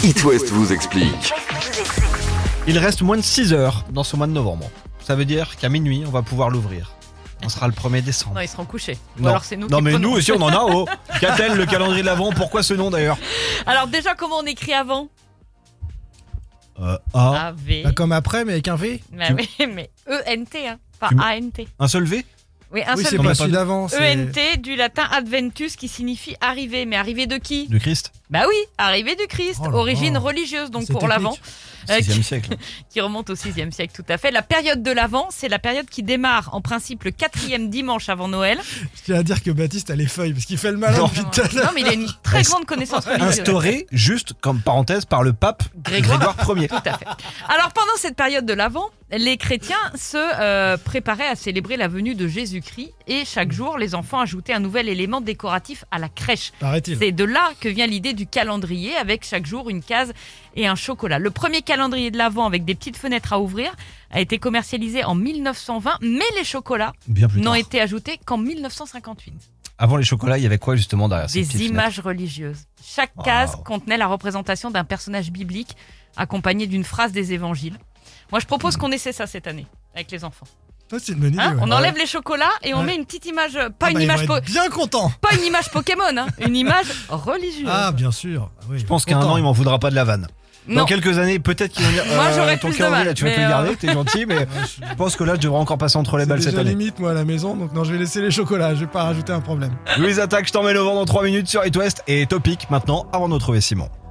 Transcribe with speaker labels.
Speaker 1: It West vous explique.
Speaker 2: Il reste moins de 6 heures dans ce mois de novembre. Ça veut dire qu'à minuit, on va pouvoir l'ouvrir. On sera le 1er décembre.
Speaker 3: Non, ils seront couchés. Ou
Speaker 2: Non.
Speaker 3: alors c'est nous
Speaker 2: Non
Speaker 3: qui
Speaker 2: mais
Speaker 3: prenons.
Speaker 2: nous aussi on en a. Oh. Qu'a-t-elle le calendrier de l'Avent? Pourquoi ce nom d'ailleurs?
Speaker 3: Alors déjà, comment on écrit avant?
Speaker 2: A.
Speaker 3: A-V.
Speaker 4: Pas comme après, mais avec un V.
Speaker 3: Bah oui, mais E-N-T, hein, pas
Speaker 2: Tu m-
Speaker 3: A-N-T.
Speaker 2: Un seul V?
Speaker 3: Oui, un
Speaker 4: Oui,
Speaker 3: seul
Speaker 4: c'est
Speaker 2: Non,
Speaker 4: pas
Speaker 2: mais
Speaker 4: celui
Speaker 2: pas-
Speaker 4: d'avant. c'est-
Speaker 3: E-N-T du latin adventus qui signifie arriver. Mais arriver de qui?
Speaker 2: Du Christ?
Speaker 3: Bah oui, arrivée du Christ,
Speaker 4: Oh là
Speaker 3: origine
Speaker 4: là.
Speaker 3: religieuse donc
Speaker 4: C'est
Speaker 3: pour
Speaker 4: technique.
Speaker 3: l'Avent,
Speaker 2: 6e siècle.
Speaker 3: qui remonte au 6e siècle tout à fait. La période de l'Avent, c'est la période qui démarre en principe le 4e dimanche avant Noël.
Speaker 4: Je tiens à dire que Baptiste a les feuilles parce qu'il fait le malin
Speaker 2: Non.
Speaker 4: depuis tout à l'heure.
Speaker 3: Non mais il a une très grande connaissance religieuse.
Speaker 2: Instauré juste comme parenthèse par le pape Grégoire Ier.
Speaker 3: Tout à fait. Alors pendant cette période de l'Avent, les chrétiens se préparaient à célébrer la venue de Jésus-Christ et chaque jour, les enfants ajoutaient un nouvel élément décoratif à la crèche.
Speaker 4: Paraît-il.
Speaker 3: C'est de là que vient l'idée du calendrier avec chaque jour une case et un chocolat. Le premier calendrier de l'Avent avec des petites fenêtres à ouvrir a été commercialisé en 1920, mais les chocolats
Speaker 2: Bien plus
Speaker 3: n'ont
Speaker 2: tard.
Speaker 3: été ajoutés qu'en 1958.
Speaker 2: Avant les chocolats, il y avait quoi justement derrière ces
Speaker 3: Des
Speaker 2: petites
Speaker 3: images religieuses. Chaque case contenait la représentation d'un personnage biblique accompagné d'une phrase des évangiles. Moi, je propose qu'on essaie ça cette année avec les enfants.
Speaker 4: Ça, c'est une bonne idée.
Speaker 3: Hein,
Speaker 4: ouais.
Speaker 3: on enlève les chocolats et on
Speaker 4: Ouais.
Speaker 3: met une petite image, pas
Speaker 4: Ah
Speaker 3: une
Speaker 4: bah, ils
Speaker 3: image,
Speaker 4: vont être bien content.
Speaker 3: pas une image Pokémon, hein, une image religieuse.
Speaker 4: Ah, bien sûr. Ah oui,
Speaker 2: Je pense qu'à un an, il m'en voudra pas de la vanne. Dans
Speaker 3: non,
Speaker 2: quelques années, peut-être qu'il va dire
Speaker 3: Moi, j'aurais
Speaker 2: ton
Speaker 3: plus de
Speaker 2: calendrier,
Speaker 3: mal,
Speaker 2: là, tu vas te
Speaker 3: mais,
Speaker 2: le garder, t'es gentil, mais je pense que là, je devrais encore passer entre les
Speaker 4: C'est
Speaker 2: balles cette
Speaker 4: déjà
Speaker 2: année.
Speaker 4: limite moi à la maison, donc non, je vais laisser les chocolats. Je vais pas rajouter un problème.
Speaker 2: Louise Attaque, je t'en mets le vent dans 3 minutes sur It West et Topic maintenant avant de retrouver Simon.